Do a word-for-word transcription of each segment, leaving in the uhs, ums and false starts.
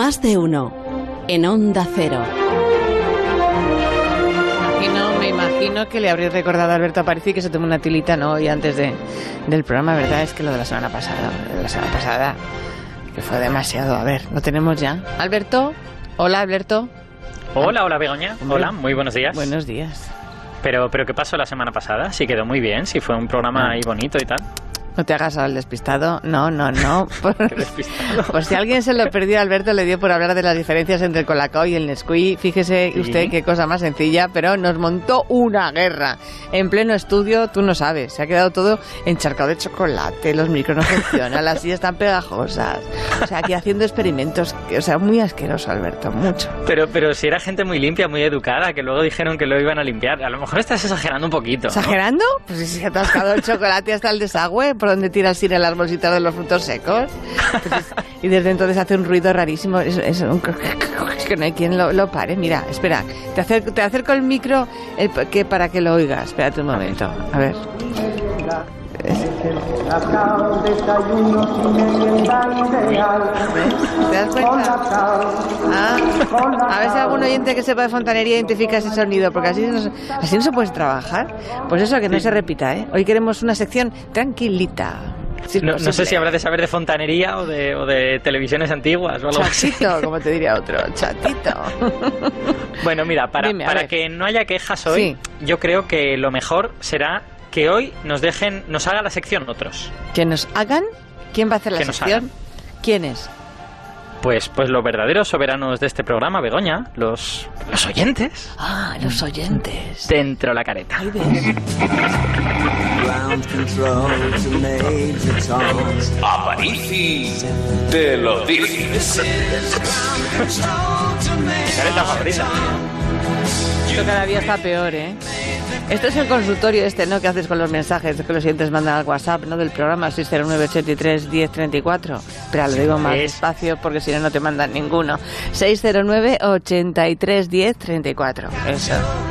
Más de uno. En Onda Cero. Imagino, me imagino que le habréis recordado a Alberto Aparici que se tomó una tilita, ¿no? Hoy antes de, del programa, ¿verdad? Es que lo de la semana pasada, de la semana pasada, que fue demasiado. A ver, ¿lo tenemos ya? Alberto, hola Alberto. Hola, hola Begoña. Hombre. Hola, muy buenos días. Buenos días. Pero, pero ¿qué pasó la semana pasada? Sí quedó muy bien, sí fue un programa ahí bonito y tal. No te hagas al despistado. No, no, no. Por, Qué despistado. por si alguien se lo perdió, Alberto le dio por hablar de las diferencias entre el Colacao y el Nesquik. Fíjese ¿Sí? usted qué cosa más sencilla, pero nos montó una guerra. En pleno estudio, tú no sabes, se ha quedado todo encharcado de chocolate, los micros no funcionan, las sillas están pegajosas. O sea, aquí haciendo experimentos, o sea, muy asqueroso, Alberto, mucho. Pero, pero si era gente muy limpia, muy educada, que luego dijeron que lo iban a limpiar. A lo mejor estás exagerando un poquito, ¿no? ¿Exagerando? Pues si se ha atascado el chocolate hasta el desagüe, ¿por donde tiras ir las bolsitas de los frutos secos? Entonces, y desde entonces hace un ruido rarísimo. Es, es un... que no hay quien lo, lo pare. Mira, espera, te acerco, te acerco el micro el, que para que lo oigas. Espérate un momento, a ver. ¿Te das cuenta? Ah, a ver si algún oyente que sepa de fontanería identifica ese sonido, porque así no, así no se puede trabajar. Pues eso, que no se repita, ¿eh? Hoy queremos una sección tranquilita. Sí, no, no sé si habrá de saber de fontanería o de, o de televisiones antiguas o algo así. Chatito, como te diría otro, chatito. Bueno, mira, para, Dime, para ver. que no haya quejas hoy, Sí. yo creo que lo mejor será que hoy nos dejen, nos haga la sección otros. Que nos hagan. ¿Quién va a hacer la Que nos sección? hagan. ¿Quién es? Pues, pues los verdaderos soberanos de este programa, Begoña, los, los oyentes. Ah, los oyentes. Dentro la careta. Ahí ves. Aparici te lo dice. Careta favorita. Esto cada día está peor, ¿eh? Esto es el consultorio este, ¿no? Que haces con los mensajes que los oyentes mandan al WhatsApp, ¿no? Del programa seis cero nueve, ochenta y tres, diez treinta y cuatro. Espera, lo digo más Es- despacio porque si no, no te mandan ninguno. seis cero nueve, ochenta y tres, diez treinta y cuatro. Eso.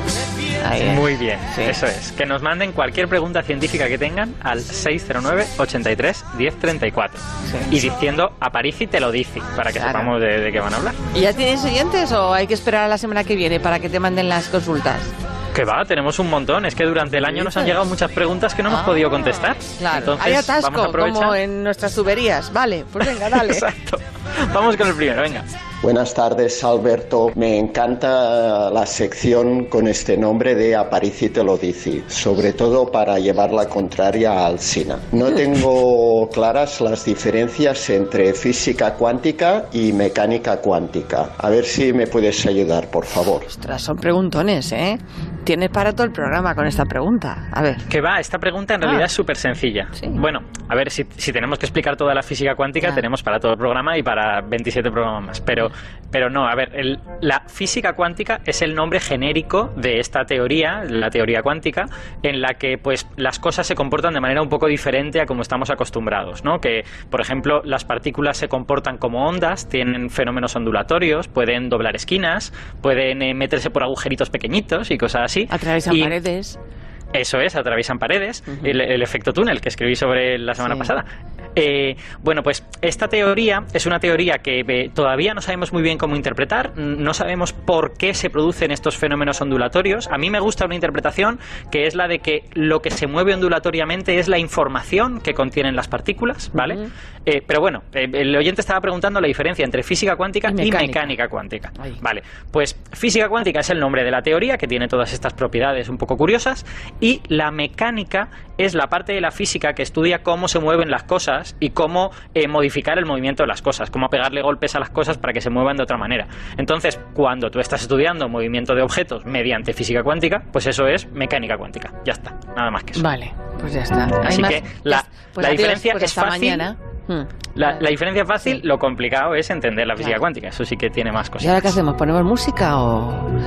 Ahí es. Muy bien, Sí. eso es. Que nos manden cualquier pregunta científica que tengan al seis cero nueve, ochenta y tres, diez treinta y cuatro. Sí. Y diciendo Aparici te lo dice, para que Claro. sepamos de, de qué van a hablar. ¿Y ya tienes oyentes o hay que esperar a la semana que viene para que te manden las consultas? Que va, tenemos un montón. Es que durante el año nos han llegado muchas preguntas que no hemos Ah, podido contestar. Claro, Entonces, hay atasco, vamos a aprovechar. como en nuestras tuberías. Vale, pues venga, dale. Exacto. Vamos con el primero, venga. Buenas tardes, Alberto. Me encanta la sección con este nombre de Aparici te lo dice, sobre todo para llevar la contraria al Sina. No tengo claras las diferencias entre física cuántica y mecánica cuántica. A ver si me puedes ayudar, por favor. Ostras, son preguntones, ¿eh? Tienes para todo el programa con esta pregunta. A ver. Que va, esta pregunta en realidad Ah. es súper sencilla. Sí. Bueno, a ver, si, si tenemos que explicar toda la física cuántica, Ya. tenemos para todo el programa y para veintisiete programas más. Pero, pero no, a ver, el- la física cuántica es el nombre genérico de esta teoría, la teoría cuántica, en la que pues las cosas se comportan de manera un poco diferente a como estamos acostumbrados, ¿no? Que, por ejemplo, las partículas se comportan como ondas, tienen fenómenos ondulatorios, pueden doblar esquinas, pueden eh, meterse por agujeritos pequeñitos y cosas así. Atraviesan Y- paredes. Eso es, atraviesan paredes, Ujú. el, el efecto túnel que escribí sobre la semana Sí. pasada. Eh, bueno, pues esta teoría es una teoría que eh, todavía no sabemos muy bien cómo interpretar, n- no sabemos por qué se producen estos fenómenos ondulatorios. A mí me gusta una interpretación que es la de que lo que se mueve ondulatoriamente es la información que contienen las partículas, ¿vale? Ujú. Eh, pero bueno, eh, el oyente estaba preguntando la diferencia entre física cuántica Y y mecánica. mecánica, cuántica. Ahí. Vale, pues física cuántica es el nombre de la teoría que tiene todas estas propiedades un poco curiosas y la mecánica es la parte de la física que estudia cómo se mueven las cosas y cómo eh, modificar el movimiento de las cosas, cómo pegarle golpes a las cosas para que se muevan de otra manera. Entonces, cuando tú estás estudiando movimiento de objetos mediante física cuántica, pues eso es mecánica cuántica. Ya está, nada más que eso. Vale, pues ya está. Así Hay más- que la- ya- pues la adiós, diferencia pues es hasta fácil. mañana. Hmm. La, la diferencia es fácil, Sí. lo complicado es entender la física Claro. cuántica. Eso sí que tiene más ¿Y cosas. ahora qué hacemos? ¿Ponemos música o...?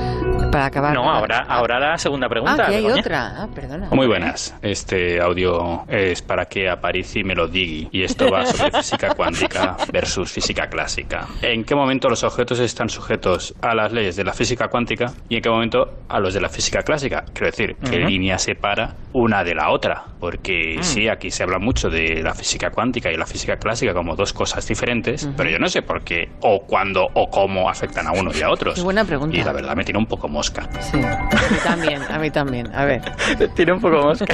Para acabar. No, ahora, ahora la segunda pregunta. Ah, que hay Begoña. otra. Ah, perdona. Muy buenas. Este audio es para que Aparici me lo digui. Y esto va sobre física cuántica versus física clásica. ¿En qué momento los objetos están sujetos a las leyes de la física cuántica y en qué momento a los de la física clásica? Quiero decir, ¿qué Uh-huh. línea separa una de la otra? Porque Mm. sí, aquí se habla mucho de la física cuántica y la física clásica como dos cosas diferentes, Uh-huh. pero yo no sé por qué o cuándo o cómo afectan a uno y a otros. Qué buena pregunta. Y la verdad me tiene un poco mosca. Sí, a mí también, a mí también. A ver. Tiene un poco mosca.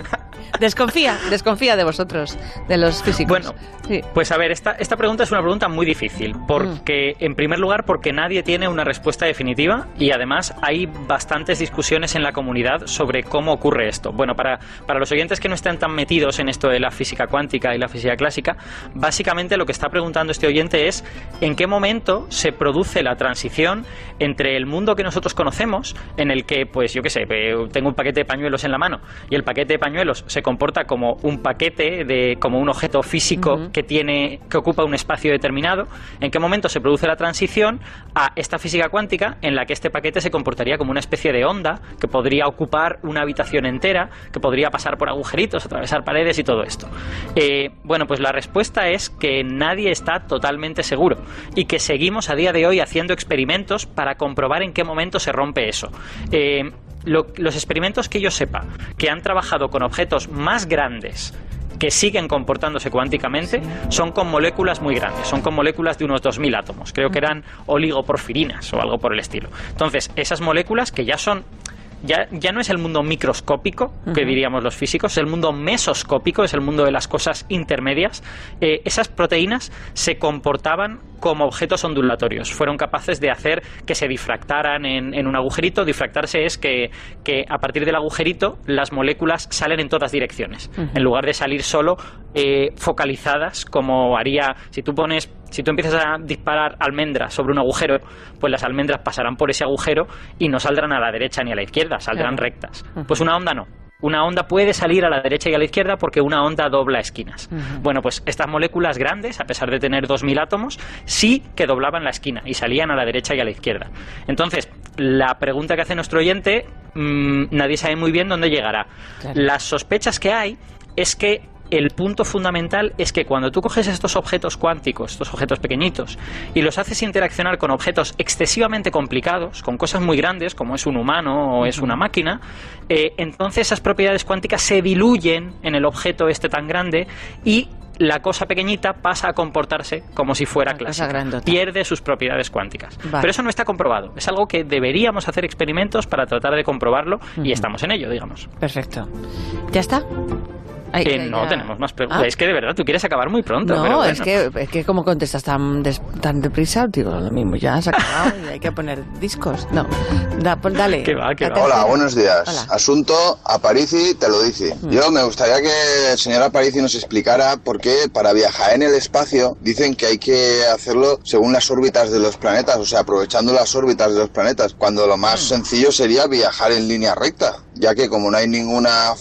Desconfía, desconfía de vosotros, de los físicos. Bueno, sí. Pues a ver, esta, esta pregunta es una pregunta muy difícil, porque en primer lugar porque nadie tiene una respuesta definitiva y además hay bastantes discusiones en la comunidad sobre cómo ocurre esto. Bueno, para, para los oyentes que no estén tan metidos en esto de la física cuántica y la física clásica, básicamente lo que está preguntando este oyente es en qué momento se produce la transición entre el mundo que nosotros conocemos, en el que, pues yo qué sé, tengo un paquete de pañuelos en la mano y el paquete de pañuelos se comporta como un paquete, de como un objeto físico uh-huh. que tiene que ocupa un espacio determinado. ¿En qué momento se produce la transición a esta física cuántica en la que este paquete se comportaría como una especie de onda que podría ocupar una habitación entera, que podría pasar por agujeritos, atravesar paredes y todo esto? Eh, bueno, pues la respuesta es que nadie está totalmente seguro y que seguimos a día de hoy haciendo experimentos para comprobar en qué momento se rompe eso. Eh, Lo, los experimentos que yo sepa que han trabajado con objetos más grandes que siguen comportándose cuánticamente son con moléculas muy grandes, son con moléculas de unos dos mil átomos, creo que eran oligoporfirinas o algo por el estilo. Entonces, esas moléculas que ya son Ya, ya no es el mundo microscópico, que diríamos los físicos, es el mundo mesoscópico, es el mundo de las cosas intermedias. Eh, esas proteínas se comportaban como objetos ondulatorios. Fueron capaces de hacer que se difractaran en, en un agujerito. Difractarse es que, que a partir del agujerito las moléculas salen en todas direcciones, uh-huh. en lugar de salir solo eh, focalizadas, como haría si tú pones... Si tú empiezas a disparar almendras sobre un agujero, pues las almendras pasarán por ese agujero y no saldrán a la derecha ni a la izquierda, saldrán claro. rectas. Uh-huh. Pues una onda no. Una onda puede salir a la derecha y a la izquierda porque una onda dobla esquinas. Uh-huh. Bueno, pues estas moléculas grandes, a pesar de tener dos mil átomos, sí que doblaban la esquina y salían a la derecha y a la izquierda. Entonces, la pregunta que hace nuestro oyente, mmm, nadie sabe muy bien dónde llegará. Claro. Las sospechas que hay es que el punto fundamental es que cuando tú coges estos objetos cuánticos, estos objetos pequeñitos, y los haces interaccionar con objetos excesivamente complicados, con cosas muy grandes, como es un humano o es una máquina, eh, entonces esas propiedades cuánticas se diluyen en el objeto este tan grande y la cosa pequeñita pasa a comportarse como si fuera clásica. Pierde sus propiedades cuánticas. Vale. Pero eso no está comprobado. Es algo que deberíamos hacer experimentos para tratar de comprobarlo uh-huh. y estamos en ello, digamos. Perfecto. ¿Ya está? Ay, eh, no, ya... tenemos más preguntas. Ah. Es que de verdad tú quieres acabar muy pronto. No, pero bueno. es, que, es que como contestas tan, des, tan deprisa, digo, lo mismo, ya se ha acabado y hay que poner discos. No, da, pues dale. ¿Qué va, qué va? Hola, buenos días. Hola. Asunto Aparici te lo dice. Mm. Yo me gustaría que el señor Aparici nos explicara por qué para viajar en el espacio dicen que hay que hacerlo según las órbitas de los planetas, o sea, aprovechando las órbitas de los planetas, cuando lo más mm. sencillo sería viajar en línea recta, ya que como no hay ninguna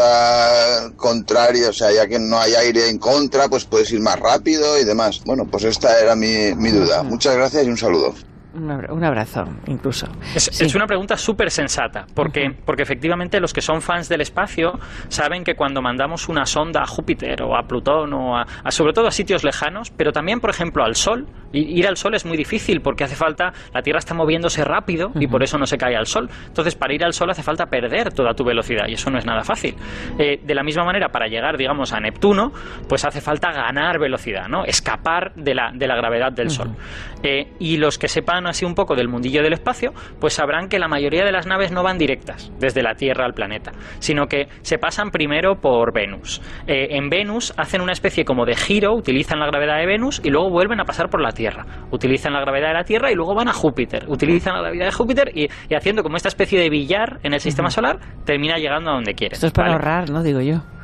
fuerza contraria, o sea, ya que no hay aire en contra, pues puedes ir más rápido y demás. Bueno, pues esta era mi, mi duda. Muchas gracias y un saludo. Un abrazo, incluso. Es, sí. es una pregunta súper sensata, porque, uh-huh. porque efectivamente los que son fans del espacio saben que cuando mandamos una sonda a Júpiter o a Plutón o a, a sobre todo a sitios lejanos, pero también, por ejemplo, al Sol, ir al Sol es muy difícil porque hace falta, la Tierra está moviéndose rápido uh-huh. y por eso no se cae al Sol. Entonces, para ir al Sol hace falta perder toda tu velocidad y eso no es nada fácil. Eh, de la misma manera, para llegar, digamos, a Neptuno, pues hace falta ganar velocidad, ¿no? Escapar de la, de la gravedad del uh-huh. Sol. Eh, y los que sepan así un poco del mundillo del espacio, pues sabrán que la mayoría de las naves no van directas desde la Tierra al planeta, sino que se pasan primero por Venus. Eh, en Venus hacen una especie como de giro, utilizan la gravedad de Venus y luego vuelven a pasar por la Tierra. Utilizan la gravedad de la Tierra y luego van a Júpiter. Utilizan la gravedad de Júpiter y, y haciendo como esta especie de billar en el sistema solar, termina llegando a donde quieren. Esto es para ¿vale? ahorrar, ¿no? Digo yo.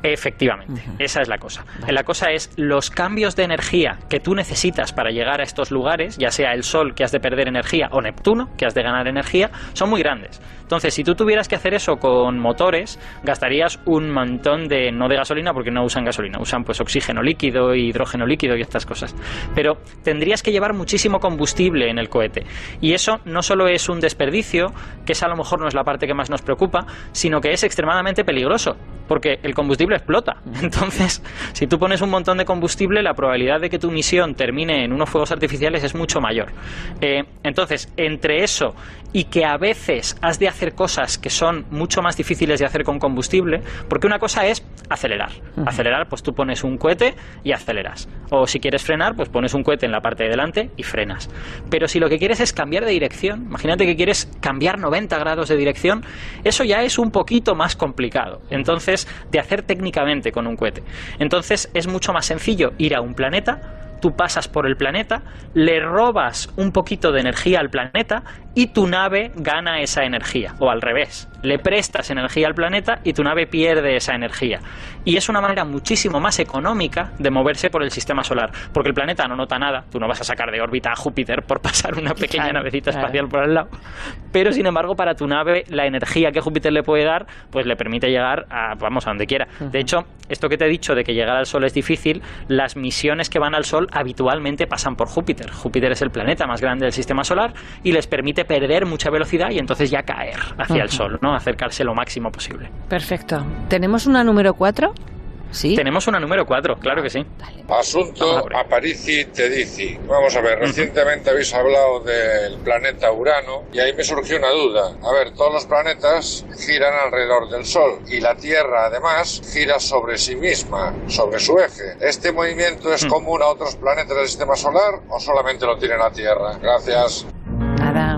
Efectivamente, uh-huh. Esa es la cosa. Vale. La cosa es los cambios de energía que tú necesitas para llegar a estos lugares, ya sea el Sol, que has de perder energía, o Neptuno, que has de ganar energía, son muy grandes. Entonces, si tú tuvieras que hacer eso con motores, gastarías un montón de, no de gasolina, porque no usan gasolina, usan pues oxígeno líquido, hidrógeno líquido y estas cosas. Pero tendrías que llevar muchísimo combustible en el cohete. Y eso no solo es un desperdicio, que esa a lo mejor no es la parte que más nos preocupa, sino que es extremadamente peligroso, porque el combustible explota. Entonces, si tú pones un montón de combustible, la probabilidad de que tu misión termine en unos fuegos artificiales es mucho mayor. Eh, entonces, entre eso y que a veces has de hacer cosas que son mucho más difíciles de hacer con combustible, porque una cosa es acelerar. Uh-huh. Acelerar, pues tú pones un cohete y aceleras. O si quieres frenar, pues pones un cohete en la parte de delante y frenas. Pero si lo que quieres es cambiar de dirección, imagínate que quieres cambiar noventa grados de dirección, eso ya es un poquito más complicado. Entonces, de hacer técnicamente con un cohete. Entonces, es mucho más sencillo ir a un planeta, tú pasas por el planeta, le robas un poquito de energía al planeta y tu nave gana esa energía, o al revés, le prestas energía al planeta y tu nave pierde esa energía. Y es una manera muchísimo más económica de moverse por el sistema solar, porque el planeta no nota nada, tú no vas a sacar de órbita a Júpiter por pasar una pequeña claro, navecita claro. espacial por al lado, pero sin embargo para tu nave la energía que Júpiter le puede dar, pues le permite llegar a, vamos, a donde quiera. Uh-huh. De hecho, esto que te he dicho de que llegar al Sol es difícil, las misiones que van al Sol habitualmente pasan por Júpiter. Júpiter es el planeta más grande del sistema solar y les permite perder mucha velocidad y entonces ya caer hacia uh-huh. el Sol, ¿no? Acercarse lo máximo posible. Perfecto. ¿Tenemos una número cuatro? ¿Sí? Tenemos una número cuatro, claro que sí. Dale. Asunto Aparici Tedici. Vamos a ver, uh-huh. recientemente habéis hablado del planeta Urano y ahí me surgió una duda. A ver, todos los planetas giran alrededor del Sol y la Tierra además gira sobre sí misma, sobre su eje. ¿Este movimiento es uh-huh. común a otros planetas del sistema solar o solamente lo tiene la Tierra? Gracias. Nada.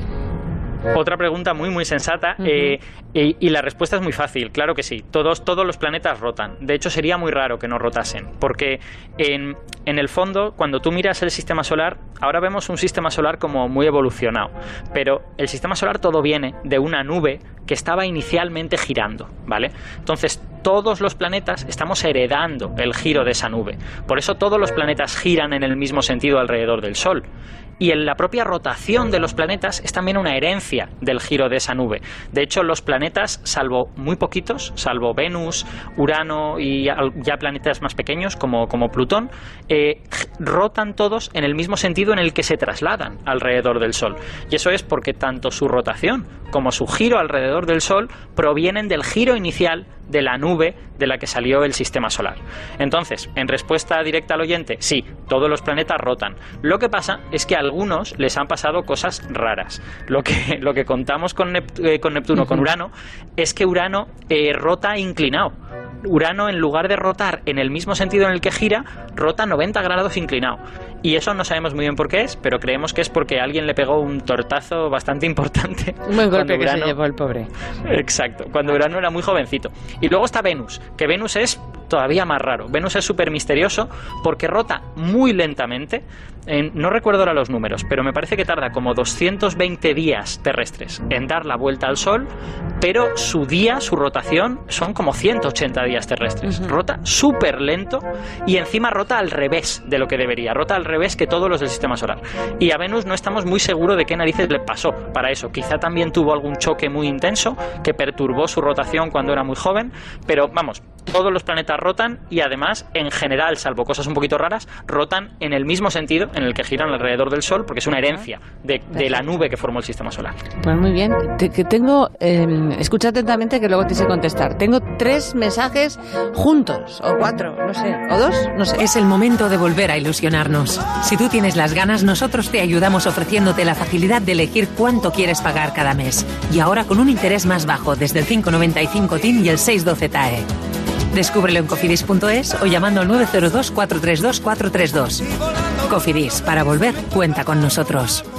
Otra pregunta muy muy sensata uh-huh. eh, y, y la respuesta es muy fácil, claro que sí, todos, todos los planetas rotan, de hecho sería muy raro que no rotasen, porque en, en el fondo cuando tú miras el sistema solar, ahora vemos un sistema solar como muy evolucionado, pero el sistema solar todo viene de una nube que estaba inicialmente girando, ¿vale? Entonces todos los planetas estamos heredando el giro de esa nube, por eso todos los planetas giran en el mismo sentido alrededor del Sol. Y en la propia rotación de los planetas es también una herencia del giro de esa nube. De hecho, los planetas, salvo muy poquitos, salvo Venus, Urano y ya planetas más pequeños como, como Plutón, eh, rotan todos en el mismo sentido en el que se trasladan alrededor del Sol. Y eso es porque tanto su rotación como su giro alrededor del Sol provienen del giro inicial de la nube de la que salió el sistema solar. Entonces, en respuesta directa al oyente, sí, todos los planetas rotan. Lo que pasa es que a algunos les han pasado cosas raras. Lo que, lo que contamos con, Nept- eh, con Neptuno, uh-huh. con Urano, es que Urano eh, rota inclinado. Urano, en lugar de rotar en el mismo sentido en el que gira, rota noventa grados inclinado. Y eso no sabemos muy bien por qué es, pero creemos que es porque alguien le pegó un tortazo bastante importante. Un buen golpe que Urano... se llevó el pobre. Exacto, cuando Urano era muy jovencito. Y luego está Venus, que Venus es todavía más raro. Venus es súper misterioso porque rota muy lentamente. En, no recuerdo ahora los números, pero me parece que tarda como doscientos veinte días terrestres en dar la vuelta al Sol, pero su día, su rotación, son como ciento ochenta días terrestres. Uh-huh. Rota súper lento y encima rota al revés de lo que debería. Rota al revés que todos los del sistema solar. Y a Venus no estamos muy seguros de qué narices le pasó para eso. Quizá también tuvo algún choque muy intenso que perturbó su rotación cuando era muy joven, pero vamos, todos los planetas rotan y además, en general, salvo cosas un poquito raras, rotan en el mismo sentido en el que giran alrededor del Sol, porque es una herencia de, de la nube que formó el sistema solar. Pues muy bien. Te, que tengo, eh, escucha atentamente que luego te sé contestar. Tengo tres mensajes juntos, o cuatro, no sé, o dos, no sé. Es el momento de volver a ilusionarnos. Si tú tienes las ganas, nosotros te ayudamos ofreciéndote la facilidad de elegir cuánto quieres pagar cada mes. Y ahora con un interés más bajo, desde el cinco noventa y cinco T I N y el seis doce T A E. Descúbrelo en cofidis punto es o llamando al nueve cero dos, cuatro tres dos, cuatro tres dos. Cofidis, para volver, cuenta con nosotros.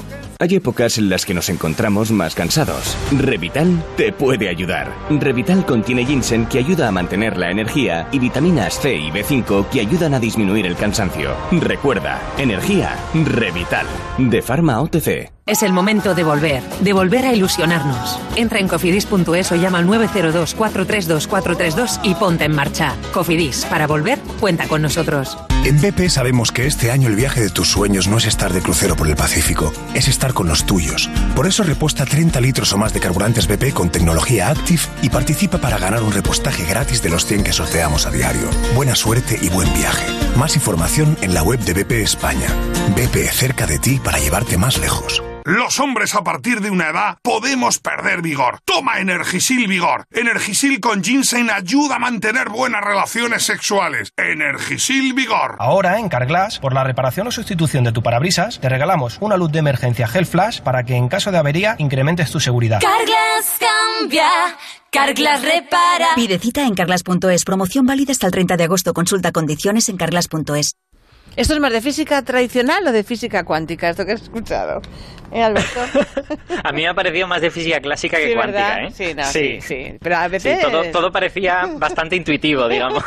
Hay épocas en las que nos encontramos más cansados. Revital te puede ayudar. Revital contiene ginseng que ayuda a mantener la energía y vitaminas C y B cinco que ayudan a disminuir el cansancio. Recuerda, energía, Revital. De Pharma O T C. Es el momento de volver, de volver a ilusionarnos. Entra en cofidis punto es o llama al nueve cero dos, cuatro tres dos, cuatro tres dos y ponte en marcha. Cofidis, para volver, cuenta con nosotros. En B P sabemos que este año el viaje de tus sueños no es estar de crucero por el Pacífico, es estar con los tuyos. Por eso reposta treinta litros o más de carburantes B P con tecnología Active y participa para ganar un repostaje gratis de los cien que sorteamos a diario. Buena suerte y buen viaje. Más información en la web de B P España. B P, cerca de ti para llevarte más lejos. Los hombres a partir de una edad podemos perder vigor. Toma Energisil Vigor. Energisil con ginseng ayuda a mantener buenas relaciones sexuales. Energisil Vigor. Ahora en Carglass, por la reparación o sustitución de tu parabrisas, te regalamos una luz de emergencia Gel Flash para que en caso de avería incrementes tu seguridad. Carglass cambia. Carglass repara. Pide cita en carglass punto es. Promoción válida hasta el treinta de agosto. Consulta condiciones en carglass punto es. ¿Esto es más de física tradicional o de física cuántica? Esto que he escuchado. ¿Eh, Alberto? A mí me ha parecido más de física clásica que sí, cuántica, ¿verdad? ¿eh? Sí, no, sí. sí, sí. Pero a veces... Sí, todo, todo parecía bastante intuitivo, digamos.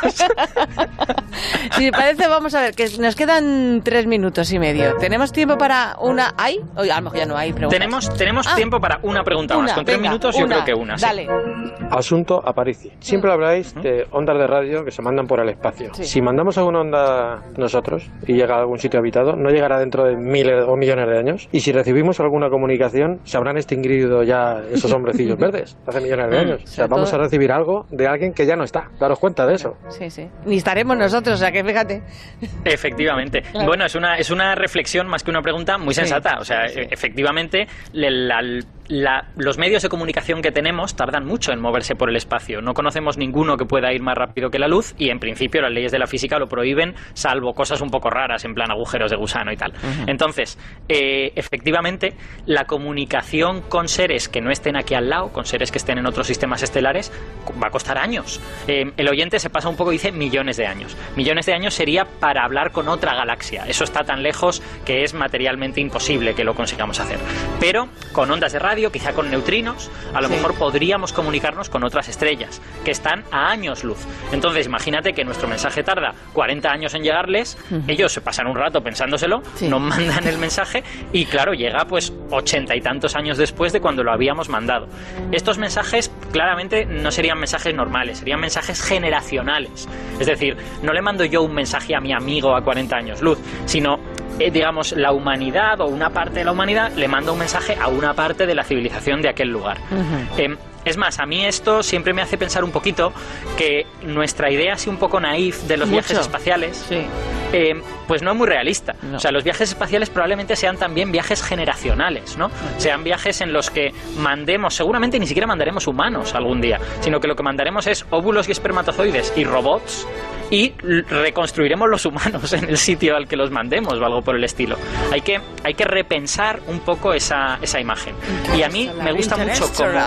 Si me parece, vamos a ver, que nos quedan tres minutos y medio. ¿Tenemos tiempo para una? ¿Hay? O a lo mejor ya no hay preguntas. Tenemos, tenemos ah, tiempo para una pregunta una, más. Con tres venga, minutos una, yo creo que una. Dale. Sí. Asunto Aparici. Siempre habláis de ondas de radio que se mandan por el espacio. Sí. Si mandamos alguna onda nosotros y llega a algún sitio habitado, no llegará dentro de miles o millones de años. Y si recibimos alguna comunicación, se habrán extinguido ya esos hombrecillos verdes hace millones de años. O sea, vamos a recibir algo de alguien que ya no está. Daros cuenta de eso. Sí, sí. Ni estaremos nosotros, o sea que fíjate. Efectivamente. Claro. Bueno, es una, es una reflexión más que una pregunta muy sensata. Sí. O sea, sí. efectivamente, la, la, los medios de comunicación que tenemos tardan mucho en moverse por el espacio. No conocemos ninguno que pueda ir más rápido que la luz y, en principio, las leyes de la física lo prohíben, salvo cosas un poco raras, en plan agujeros de gusano y tal. Uh-huh. Entonces, eh, efectivamente, la comunicación con seres que no estén aquí al lado, con seres que estén en otros sistemas estelares, va a costar años. Eh, el oyente se pasa un poco y dice millones de años. Millones de años sería para hablar con otra galaxia. Eso está tan lejos que es materialmente imposible que lo consigamos hacer. Pero con ondas de radio, quizá con neutrinos, a lo sí. mejor podríamos comunicarnos con otras estrellas que están a años luz. Entonces, imagínate que nuestro mensaje tarda cuarenta años en llegarles, uh-huh. ellos se pasan un rato pensándoselo, sí. nos mandan el mensaje y, claro, llega pues ochenta y tantos años después de cuando lo habíamos mandado. Estos mensajes claramente no serían mensajes normales, serían mensajes generacionales. Es decir, no le mando yo un mensaje a mi amigo a cuarenta años luz, sino, eh, digamos, la humanidad o una parte de la humanidad le manda un mensaje a una parte de la civilización de aquel lugar. Uh-huh. Eh, Es más, a mí esto siempre me hace pensar un poquito que nuestra idea así un poco naif de los Mucho. viajes espaciales, sí. eh, pues no es muy realista. No. O sea, los viajes espaciales probablemente sean también viajes generacionales, ¿no? Sean viajes en los que mandemos, seguramente ni siquiera mandaremos humanos algún día, sino que lo que mandaremos es óvulos y espermatozoides y robots, y reconstruiremos los humanos en el sitio al que los mandemos o algo por el estilo. Hay que, hay que repensar un poco esa, esa imagen. Y a mí me gusta mucho como...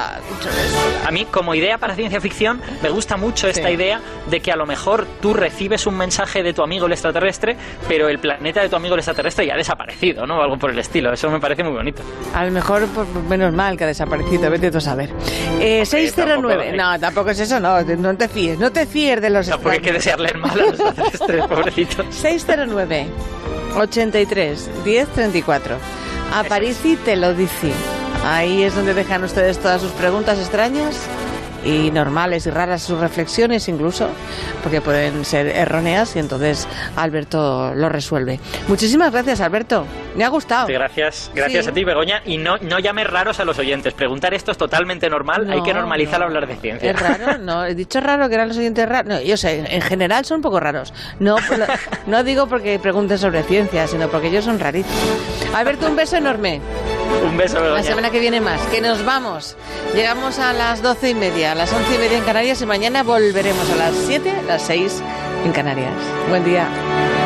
A mí, como idea para ciencia ficción, me gusta mucho esta sí. idea de que a lo mejor tú recibes un mensaje de tu amigo el extraterrestre, pero el planeta de tu amigo el extraterrestre ya ha desaparecido, ¿no? O algo por el estilo. Eso me parece muy bonito. A lo mejor, por, menos mal que ha desaparecido, vete tú a saber. Eh, seis cero nueve. No, tampoco es eso, no. No te fíes. No te fíes de los extraños. Tampoco hay que desearle el mal a los extraterrestres, pobrecitos. seis cero nueve, ochenta y tres, diez treinta y cuatro. Aparici te lo dice. Ahí es donde dejan ustedes todas sus preguntas extrañas y normales y raras, sus reflexiones incluso, porque pueden ser erróneas, y entonces Alberto lo resuelve. Muchísimas gracias, Alberto. Me ha gustado. Sí, gracias, gracias sí. a ti, Begoña. Y no, no llames raros a los oyentes. Preguntar esto es totalmente normal. No, hay que normalizar no. hablar de ciencia. ¿Es raro? No, he dicho raro que eran los oyentes raros. No, yo sé, en general son un poco raros. No, no digo porque pregunten sobre ciencia, sino porque ellos son raritos. Alberto, un beso enorme. Un beso, Begoña. La semana que viene más. Que nos vamos. Llegamos a las doce y media, a las once y media en Canarias, y mañana volveremos a las siete, las seis en Canarias. Buen día.